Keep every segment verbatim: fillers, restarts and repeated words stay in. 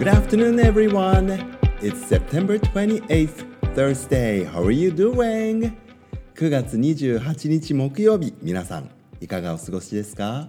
Good afternoon, everyone. It's September twenty-eighth, Thursday. How are you doing? くがつにじゅうはちにち木曜日、皆さんいかがお過ごしですか？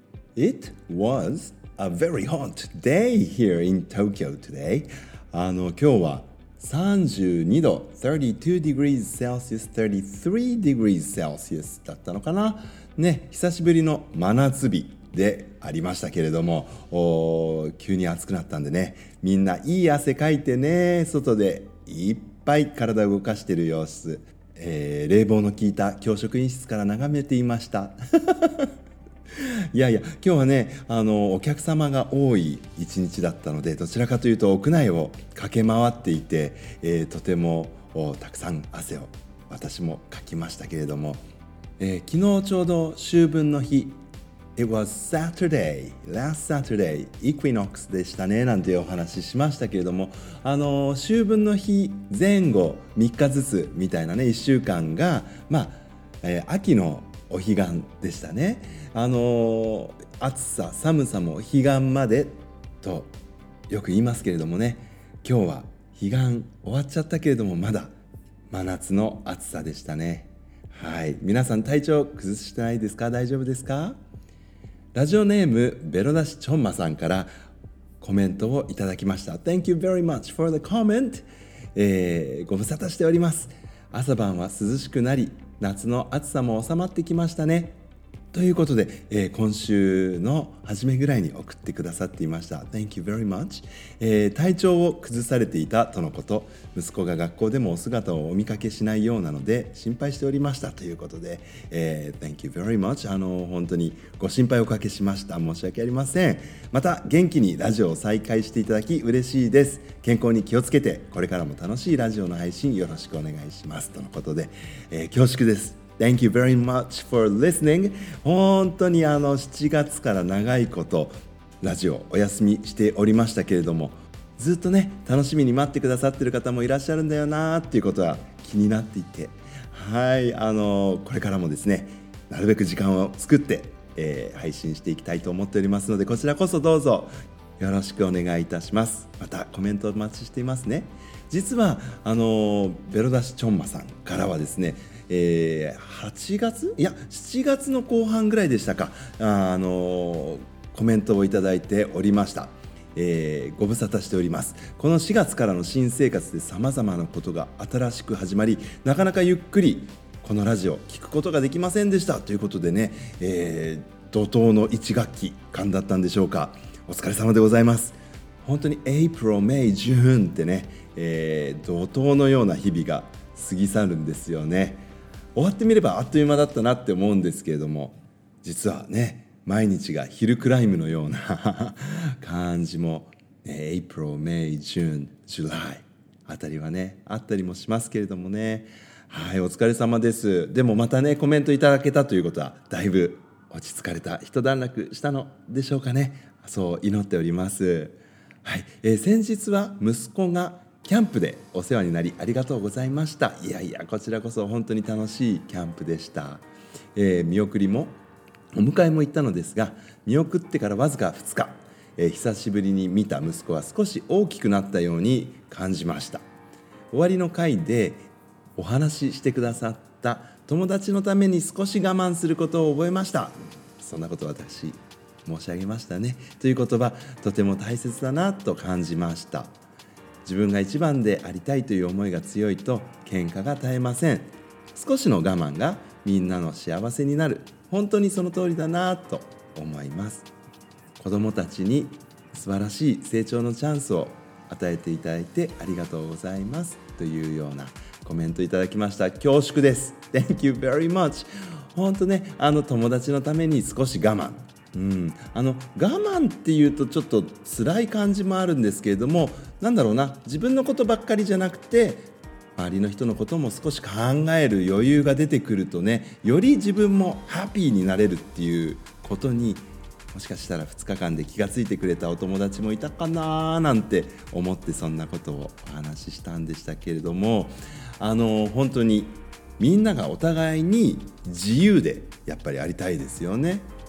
It was a very hot day here in Tokyo today. あの今日はさんじゅうにど、thirty-two degrees Celsius, thirty-three degrees Celsius だったのかな。ね、久しぶりの真夏日でありましたけれども、お急に暑くなったんでね、みんないい汗かいてね、外でいっぱい体を動かしている様子、えー、冷房の効いた教職員室から眺めていましたいやいや、今日はね、あのお客様が多い一日だったので、どちらかというと屋内を駆け回っていて、えー、とてもたくさん汗を私もかきましたけれども、えー、昨日ちょうど秋分の日、It was Saturday, last Saturday, Equinox でしたねなんていうお話ししましたけれども、あの秋分の日前後みっかずつみたいなねいっしゅうかんが、まあえー、秋のお彼岸でしたね。あの暑さ寒さも彼岸までとよく言いますけれどもね、今日は彼岸終わっちゃったけれどもまだ真夏の暑さでしたね。はい、皆さん体調崩してないですか？大丈夫ですか？ラジオネームベロダシチョンマさんからコメントをいただきました。 Thank you very much for the comment、えー、ご無沙汰しております。朝晩は涼しくなり夏の暑さも収まってきましたねということで、えー、今週の初めぐらいに送ってくださっていました。 Thank you very much、えー、体調を崩されていたとのこと、息子が学校でもお姿をお見かけしないようなので心配しておりましたということで、えー、Thank you very much、 あの本当にご心配おかけしました。申し訳ありません。また元気にラジオを再開していただき嬉しいです。健康に気をつけてこれからも楽しいラジオの配信よろしくお願いしますとのことで、えー、恐縮です。Thank you very much for listening。 本当にあのしちがつから長いことラジオお休みしておりましたけれども、ずっとね楽しみに待ってくださっている方もいらっしゃるんだよなっていうことは気になっていて、はいあのこれからもですねなるべく時間を作って、えー、配信していきたいと思っておりますので、こちらこそどうぞよろしくお願いいたします。またコメントお待ちしていますね。実はあのベロダシチョンマさんからはですね、えー、はちがついやしちがつの後半ぐらいでしたか、あ、あのコメントをいただいておりました。えー、ご無沙汰しております。このしがつからの新生活でさまざまなことが新しく始まり、なかなかゆっくりこのラジオ聞くことができませんでしたということでね、えー、怒涛のいちがっきかんだったんでしょうか。お疲れ様でございます。本当に April, May, June ってね、えー、怒涛のような日々が過ぎ去るんですよね。終わってみればあっという間だったなって思うんですけれども、実はね毎日がヒルクライムのような感じも、ね、April, May, June, July あたりはねあったりもしますけれどもね。はい、お疲れ様です。でもまたねコメントいただけたということはだいぶ落ち着かれた、一段落したのでしょうかね。そう祈っております。はい、えー、先日は息子がキャンプでお世話になりありがとうございました。いやいやこちらこそ本当に楽しいキャンプでした。えー、見送りもお迎えも行ったのですが、見送ってからわずかふつか、えー、久しぶりに見た息子は少し大きくなったように感じました。終わりの回でお話ししてくださった友達のために少し我慢することを覚えました。そんなこと私申し上げましたねという言葉、とても大切だなと感じました。自分が一番でありたいという思いが強いと喧嘩が絶えません。少しの我慢がみんなの幸せになる、本当にその通りだなと思います。子どもたちに素晴らしい成長のチャンスを与えていただいてありがとうございますというようなコメントいただきました。恐縮です。 Thank you very much。 本当ねあの友達のために少し我慢、うん、あの我慢っていうとちょっと辛い感じもあるんですけれども、なんだろうな、自分のことばっかりじゃなくて周りの人のことも少し考える余裕が出てくるとね、より自分もハッピーになれるっていうことに、もしかしたらふつかかんで気がついてくれたお友達もいたかななんて思ってそんなことをお話ししたんでしたけれども、あの本当にみんながお互いに自由でやっぱりありたいですよね。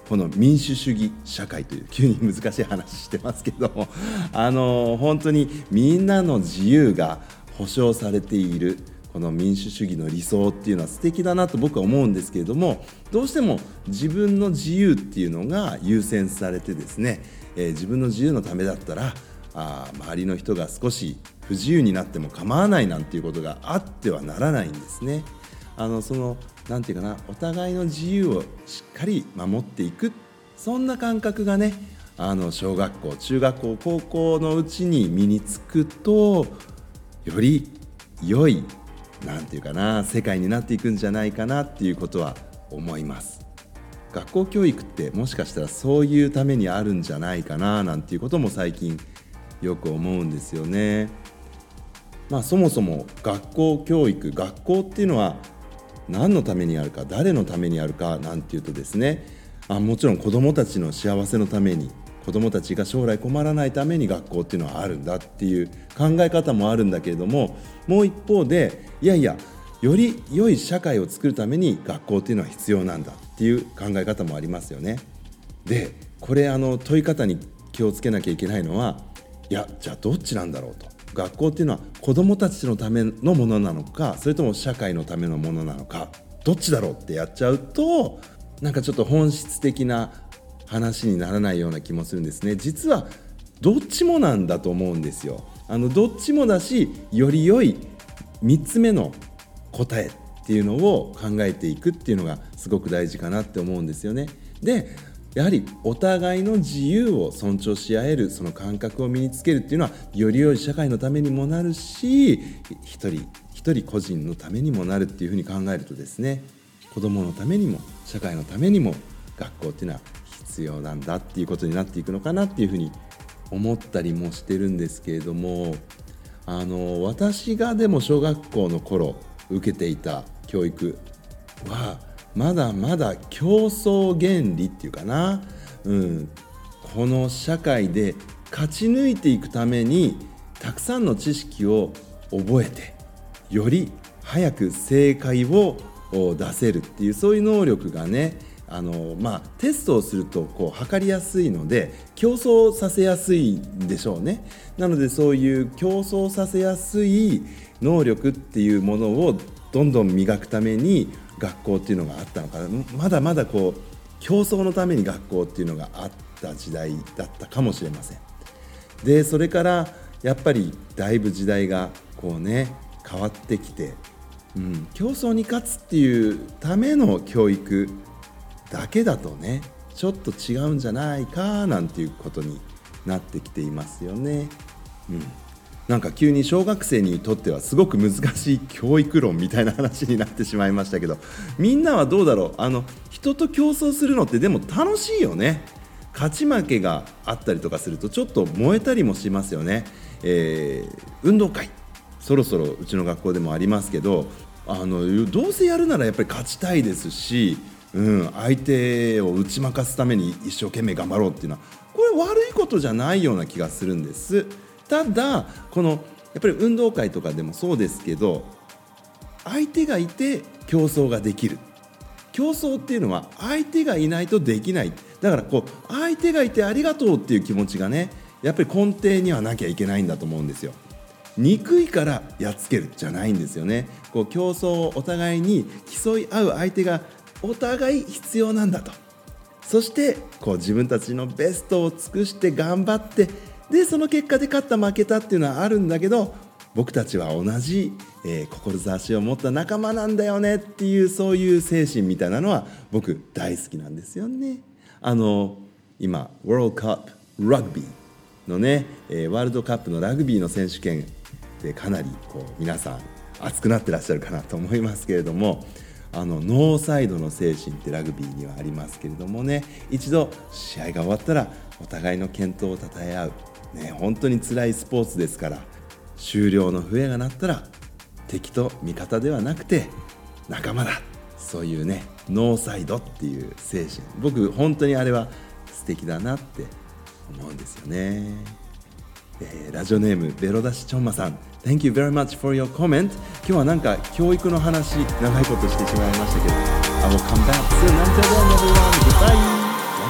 この民主主義社会という急に難しい話してますけどもあの本当にみんなの自由が保障されているこの民主主義の理想っていうのは素敵だなと僕は思うんですけれども、どうしても自分の自由っていうのが優先されてですね、えー、自分の自由のためだったらあ周りの人が少し不自由になっても構わないなんていうことがあってはならないんですね。あのそのなんていうかな、お互いの自由をしっかり守っていく、そんな感覚がね、あの小学校、中学校、高校のうちに身につくと、より良いなんていうかな世界になっていくんじゃないかなっていうことは思います。学校教育ってもしかしたらそういうためにあるんじゃないかななんていうことも最近よく思うんですよね。まあそもそも学校教育、学校っていうのは何のためにあるか、誰のためにあるかなんていうとですね、あもちろん子どもたちの幸せのために、子どもたちが将来困らないために学校っていうのはあるんだっていう考え方もあるんだけれども、もう一方でいやいやより良い社会を作るために学校っていうのは必要なんだっていう考え方もありますよね。でこれあの問い方に気をつけなきゃいけないのは、いやじゃあどっちなんだろうと、学校っていうのは子どもたちのためのものなのか、それとも社会のためのものなのか、どっちだろうってやっちゃうと、なんかちょっと本質的な話にならないような気もするんですね。実はどっちもなんだと思うんですよ。あのどっちもだし、より良いみっつめの答えっていうのを考えていくっていうのがすごく大事かなって思うんですよね。でやはりお互いの自由を尊重し合えるその感覚を身につけるっていうのは、より良い社会のためにもなるし、一人一人個人のためにもなるっていうふうに考えるとですね、子どものためにも社会のためにも学校っていうのは必要なんだっていうことになっていくのかなっていうふうに思ったりもしてるんですけれども、あの私がでも小学校の頃受けていた教育はまだまだ競争原理っていうかな、うん、この社会で勝ち抜いていくためにたくさんの知識を覚えて、より早く正解を出せるっていう、そういう能力がね、あの、まあ、テストをするとこう測りやすいので競争させやすいんでしょうね。なのでそういう競争させやすい能力っていうものをどんどん磨くために学校っていうのがあったのかな。まだまだこう競争のために学校っていうのがあった時代だったかもしれません。でそれからやっぱりだいぶ時代がこうね変わってきて、うん、競争に勝つっていうための教育だけだとねちょっと違うんじゃないかなんていうことになってきていますよね。うん、なんか急に小学生にとってはすごく難しい教育論みたいな話になってしまいましたけど、みんなはどうだろう。あの人と競争するのってでも楽しいよね。勝ち負けがあったりとかするとちょっと燃えたりもしますよね。えー、運動会そろそろうちの学校でもありますけど、あのどうせやるならやっぱり勝ちたいですし、うん、相手を打ち負かすために一生懸命頑張ろうっていうのはこれ悪いことじゃないような気がするんです。ただこのやっぱり運動会とかでもそうですけど、相手がいて競争ができる。競争っていうのは相手がいないとできない。だからこう相手がいてありがとうっていう気持ちがねやっぱり根底にはなきゃいけないんだと思うんですよ。憎いからやっつけるじゃないんですよね。こう競争をお互いに競い合う相手がお互い必要なんだと。そしてこう自分たちのベストを尽くして頑張って、でその結果で勝った負けたっていうのはあるんだけど、僕たちは同じ、えー、志を持った仲間なんだよねっていう、そういう精神みたいなのは僕大好きなんですよね。あの今ワールドカップラグビーのね、えー、ワールドカップのラグビーの選手権でかなりこう皆さん熱くなってらっしゃるかなと思いますけれども、あのノーサイドの精神ってラグビーにはありますけれどもね、一度試合が終わったらお互いの健闘をたたえ合う、ね、本当に辛いスポーツですから、終了の笛が鳴ったら敵と味方ではなくて仲間だ、そういうねノーサイドっていう精神、僕本当にあれは素敵だなって思うんですよね。えー、ラジオネームベロダシチョンマさん、 Thank you very much for your comment。 今日はなんか教育の話長いことしてしまいましたけど、 I will come back soon. Until then everyone, goodbye.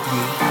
you